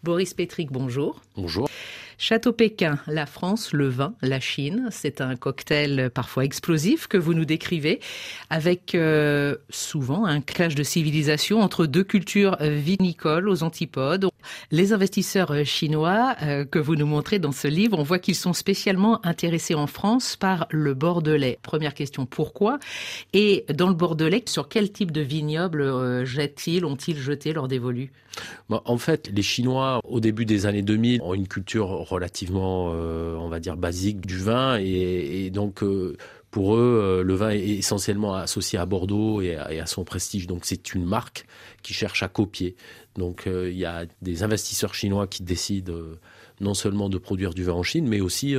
Boris Pétric, bonjour. Bonjour. Château Pékin, la France, le vin, la Chine. C'est un cocktail parfois explosif que vous nous décrivez, avec souvent un clash de civilisation entre deux cultures vinicoles aux antipodes. Les investisseurs chinois que vous nous montrez dans ce livre, on voit qu'ils sont spécialement intéressés en France par le Bordelais. Première question, pourquoi ? Et dans le Bordelais, sur quel type de vignoble ont-ils jeté leur dévolu ? En fait, les Chinois, au début des années 2000, ont une culture relativement, on va dire, basique du vin. Et donc, pour eux, le vin est essentiellement associé à Bordeaux et à son prestige. Donc, c'est une marque qui cherche à copier. Donc, il y a des investisseurs chinois qui décident non seulement de produire du vin en Chine, mais aussi...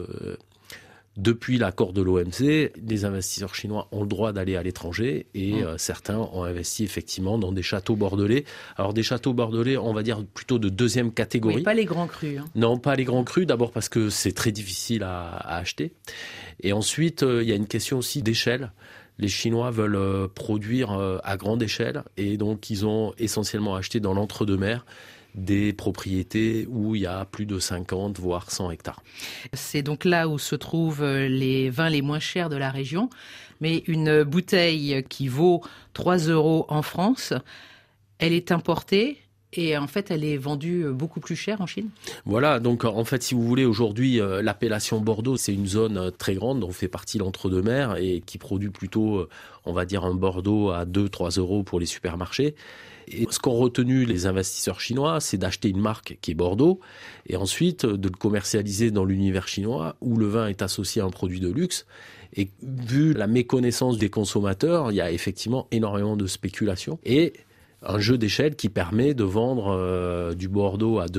Depuis l'accord de l'OMC, les investisseurs chinois ont le droit d'aller à l'étranger et certains ont investi effectivement dans des châteaux bordelais. Alors des châteaux bordelais, on va dire plutôt de deuxième catégorie. Oui, pas les grands crus. Non, pas les grands crus, d'abord parce que c'est très difficile à acheter. Et ensuite, il y a une question aussi d'échelle. Les Chinois veulent produire à grande échelle et donc ils ont essentiellement acheté dans l'entre-deux-mers des propriétés où il y a plus de 50 voire 100 hectares. C'est donc là où se trouvent les vins les moins chers de la région. Mais une bouteille qui vaut 3 € en France, elle est importée et en fait elle est vendue beaucoup plus cher en Chine. Voilà, donc en fait si vous voulez aujourd'hui l'appellation Bordeaux c'est une zone très grande dont fait partie l'entre-deux-mers et qui produit plutôt on va dire un Bordeaux à 2-3 € pour les supermarchés. Et ce qu'ont retenu les investisseurs chinois, c'est d'acheter une marque qui est Bordeaux et ensuite de le commercialiser dans l'univers chinois où le vin est associé à un produit de luxe. Et vu la méconnaissance des consommateurs, il y a effectivement énormément de spéculation et un jeu d'échelle qui permet de vendre du Bordeaux à 2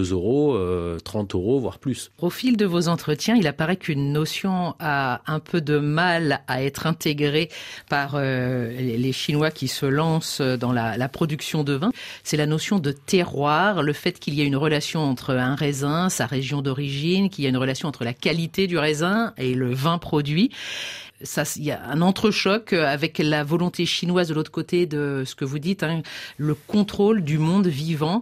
€, 30 €, voire plus. Au fil de vos entretiens, il apparaît qu'une notion a un peu de mal à être intégrée par les Chinois qui se lancent dans la production de vin. C'est la notion de terroir, le fait qu'il y ait une relation entre un raisin, sa région d'origine, qu'il y a une relation entre la qualité du raisin et le vin produit. Ça, il y a un entrechoc avec la volonté chinoise de l'autre côté de ce que vous dites, le contrôle du monde vivant.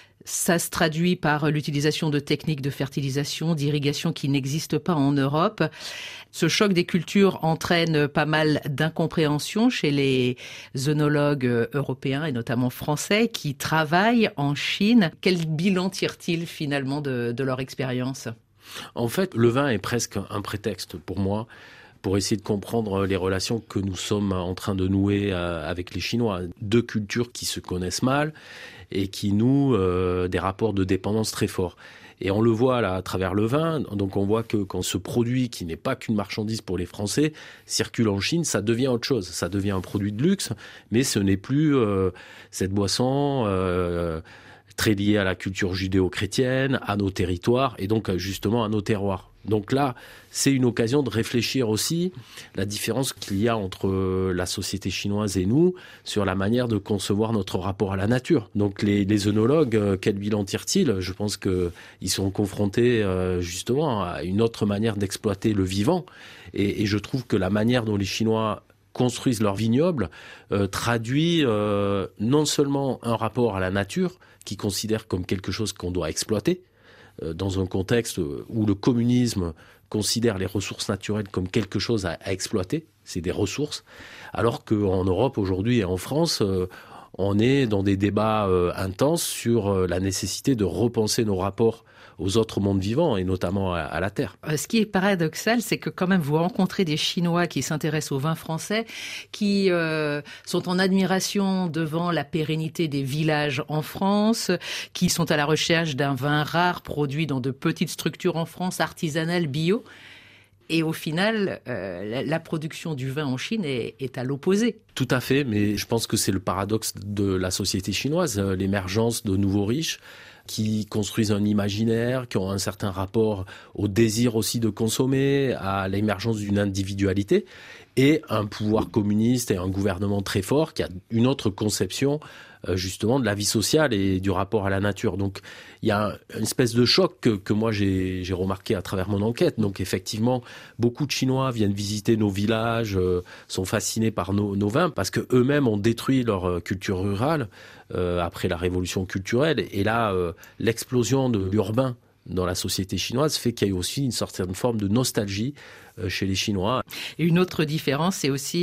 Ça se traduit par l'utilisation de techniques de fertilisation, d'irrigation qui n'existent pas en Europe. Ce choc des cultures entraîne pas mal d'incompréhension chez les œnologues européens et notamment français qui travaillent en Chine. Quel bilan tirent-ils finalement de leur expérience ? En fait, le vin est presque un prétexte pour moi pour essayer de comprendre les relations que nous sommes en train de nouer avec les Chinois. Deux cultures qui se connaissent mal et qui nouent des rapports de dépendance très forts. Et on le voit là à travers le vin, donc on voit que quand ce produit qui n'est pas qu'une marchandise pour les Français circule en Chine, ça devient autre chose. Ça devient un produit de luxe, mais ce n'est plus cette boisson très liée à la culture judéo-chrétienne, à nos territoires et donc justement à nos terroirs. Donc là, c'est une occasion de réfléchir aussi la différence qu'il y a entre la société chinoise et nous sur la manière de concevoir notre rapport à la nature. Donc les œnologues, quel bilan tirent-ils ? Je pense qu'ils sont confrontés justement à une autre manière d'exploiter le vivant. Et je trouve que la manière dont les Chinois construisent leurs vignobles traduit non seulement un rapport à la nature qu'ils considèrent comme quelque chose qu'on doit exploiter, dans un contexte où le communisme considère les ressources naturelles comme quelque chose à exploiter, c'est des ressources, alors qu'en Europe aujourd'hui et en France, on est dans des débats intenses sur la nécessité de repenser nos rapports aux autres mondes vivants et notamment à la terre. Ce qui est paradoxal, c'est que quand même vous rencontrez des Chinois qui s'intéressent au vin français, qui sont en admiration devant la pérennité des villages en France, qui sont à la recherche d'un vin rare produit dans de petites structures en France, artisanales, bio. Et au final, la production du vin en Chine est à l'opposé. Tout à fait, mais je pense que c'est le paradoxe de la société chinoise, l'émergence de nouveaux riches qui construisent un imaginaire, qui ont un certain rapport au désir aussi de consommer, à l'émergence d'une individualité, et un pouvoir communiste et un gouvernement très fort qui a une autre conception justement de la vie sociale et du rapport à la nature. Donc il y a une espèce de choc que moi j'ai remarqué à travers mon enquête. Donc effectivement, beaucoup de Chinois viennent visiter nos villages, sont fascinés par nos vins parce que eux-mêmes ont détruit leur culture rurale après la révolution culturelle. Et là, l'explosion de l'urbain dans la société chinoise fait qu'il y a eu aussi une certaine forme de nostalgie chez les Chinois. Et une autre différence, c'est aussi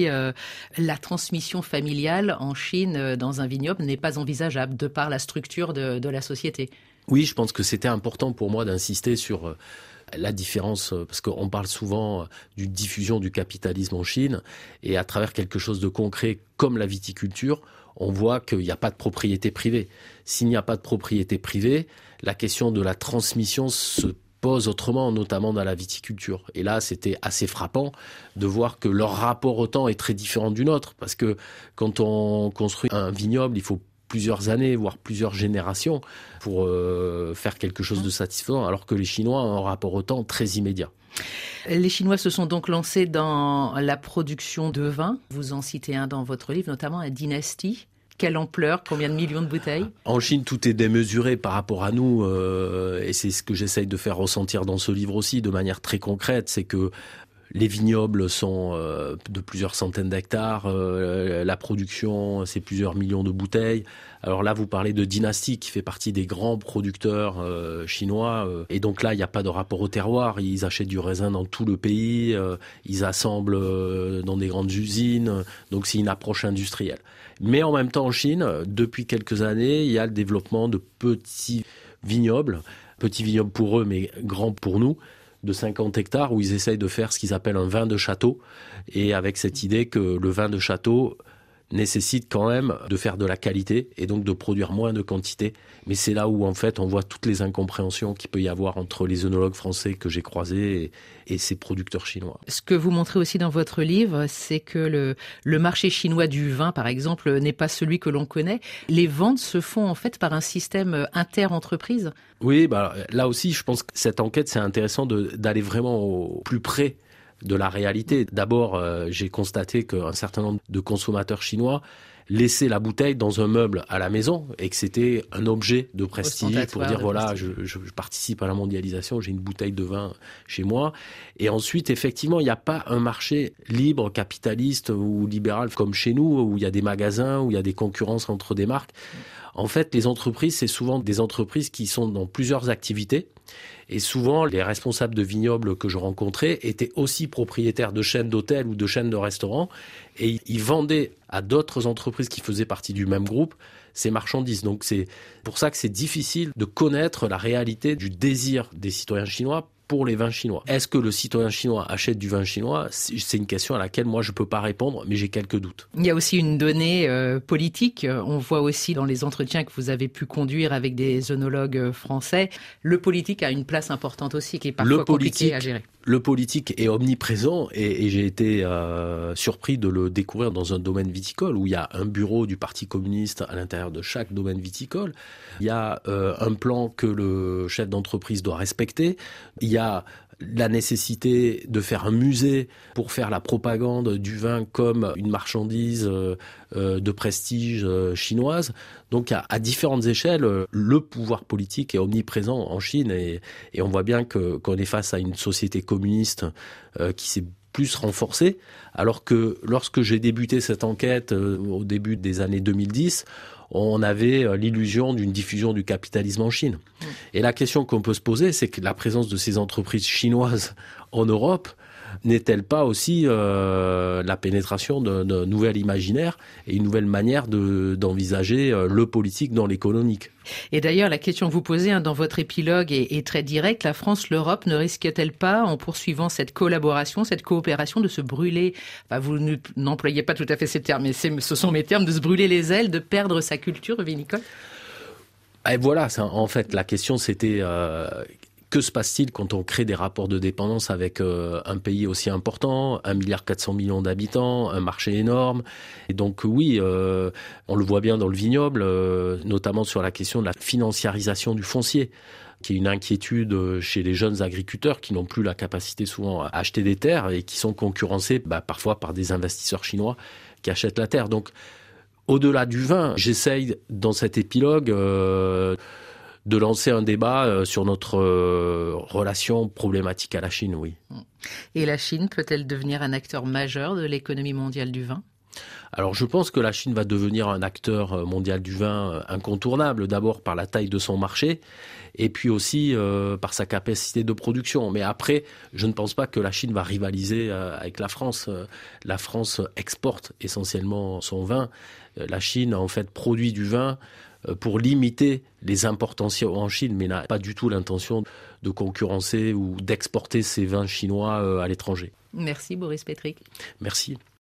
la transmission familiale en Chine dans un vignoble n'est pas envisageable de par la structure de la société. Oui, je pense que c'était important pour moi d'insister sur la différence, parce qu'on parle souvent d'une diffusion du capitalisme en Chine, et à travers quelque chose de concret comme la viticulture, on voit qu'il n'y a pas de propriété privée. S'il n'y a pas de propriété privée, la question de la transmission se pose autrement, notamment dans la viticulture. Et là, c'était assez frappant de voir que leur rapport au temps est très différent du nôtre, parce que quand on construit un vignoble, il faut plusieurs années, voire plusieurs générations pour faire quelque chose de satisfaisant, alors que les Chinois ont un rapport au temps très immédiat. Les Chinois se sont donc lancés dans la production de vin. Vous en citez un dans votre livre, notamment la Dynastie. Quelle ampleur, combien de millions de bouteilles ? En Chine, tout est démesuré par rapport à nous, et c'est ce que j'essaye de faire ressentir dans ce livre aussi, de manière très concrète, c'est que les vignobles sont de plusieurs centaines d'hectares, la production, c'est plusieurs millions de bouteilles. Alors là, vous parlez de Dynastie, qui fait partie des grands producteurs chinois. Et donc là, il n'y a pas de rapport au terroir. Ils achètent du raisin dans tout le pays, ils assemblent dans des grandes usines. Donc c'est une approche industrielle. Mais en même temps, en Chine, depuis quelques années, il y a le développement de petits vignobles pour eux, mais grands pour nous, de 50 hectares, où ils essayent de faire ce qu'ils appellent un vin de château, et avec cette idée que le vin de château nécessite quand même de faire de la qualité et donc de produire moins de quantité. Mais c'est là où en fait on voit toutes les incompréhensions qu'il peut y avoir entre les œnologues français que j'ai croisés et ces producteurs chinois. Ce que vous montrez aussi dans votre livre, c'est que le marché chinois du vin, par exemple, n'est pas celui que l'on connaît. Les ventes se font en fait par un système inter-entreprise. Oui, là aussi, je pense que cette enquête, c'est intéressant d'aller vraiment au plus près de la réalité. D'abord, j'ai constaté qu'un certain nombre de consommateurs chinois laissaient la bouteille dans un meuble à la maison et que c'était un objet de prestige pour dire voilà, je participe à la mondialisation, j'ai une bouteille de vin chez moi. Et ensuite, effectivement, il n'y a pas un marché libre, capitaliste ou libéral comme chez nous, où il y a des magasins, où il y a des concurrences entre des marques. En fait, les entreprises, c'est souvent des entreprises qui sont dans plusieurs activités. Et souvent, les responsables de vignobles que je rencontrais étaient aussi propriétaires de chaînes d'hôtels ou de chaînes de restaurants. Et ils vendaient à d'autres entreprises qui faisaient partie du même groupe ces marchandises. Donc c'est pour ça que c'est difficile de connaître la réalité du désir des citoyens chinois pour les vins chinois. Est-ce que le citoyen chinois achète du vin chinois ? C'est une question à laquelle moi je peux pas répondre, mais j'ai quelques doutes. Il y a aussi une donnée politique. On voit aussi dans les entretiens que vous avez pu conduire avec des œnologues français, le politique a une place importante aussi, qui est parfois compliqué à gérer. Le politique est omniprésent et j'ai été surpris de le découvrir dans un domaine viticole où il y a un bureau du Parti communiste à l'intérieur de chaque domaine viticole. Il y a un plan que le chef d'entreprise doit respecter. Il y a la nécessité de faire un musée pour faire la propagande du vin comme une marchandise de prestige chinoise. Donc à différentes échelles, le pouvoir politique est omniprésent en Chine et on voit bien qu'on est face à une société communiste qui s'est plus renforcée, alors que lorsque j'ai débuté cette enquête au début des années 2010, on avait l'illusion d'une diffusion du capitalisme en Chine. Et la question qu'on peut se poser, c'est que la présence de ces entreprises chinoises en Europe n'est-elle pas aussi la pénétration d'un nouvel imaginaire et une nouvelle manière d'envisager le politique dans l'économique ? Et d'ailleurs, la question que vous posez dans votre épilogue est très directe. La France, l'Europe ne risque-t-elle pas, en poursuivant cette collaboration, cette coopération, de se brûler, vous n'employez pas tout à fait ces termes, mais ce sont mes termes, de se brûler les ailes, de perdre sa culture vinicole ? Et voilà, en fait, la question c'était... que se passe-t-il quand on crée des rapports de dépendance avec un pays aussi important, 1,4 milliard d'habitants, un marché énorme ? Et donc oui, on le voit bien dans le vignoble, notamment sur la question de la financiarisation du foncier, qui est une inquiétude chez les jeunes agriculteurs qui n'ont plus la capacité souvent à acheter des terres et qui sont concurrencés parfois par des investisseurs chinois qui achètent la terre. Donc Au-delà du vin, j'essaye dans cet épilogue de lancer un débat sur notre relation problématique à la Chine, oui. Et la Chine peut-elle devenir un acteur majeur de l'économie mondiale du vin ? Alors je pense que la Chine va devenir un acteur mondial du vin incontournable, d'abord par la taille de son marché, et puis aussi par sa capacité de production. Mais après, je ne pense pas que la Chine va rivaliser avec la France. La France exporte essentiellement son vin. La Chine, en fait, produit du vin pour limiter les importations en Chine, mais n'a pas du tout l'intention de concurrencer ou d'exporter ces vins chinois à l'étranger. Merci Boris Petrik. Merci.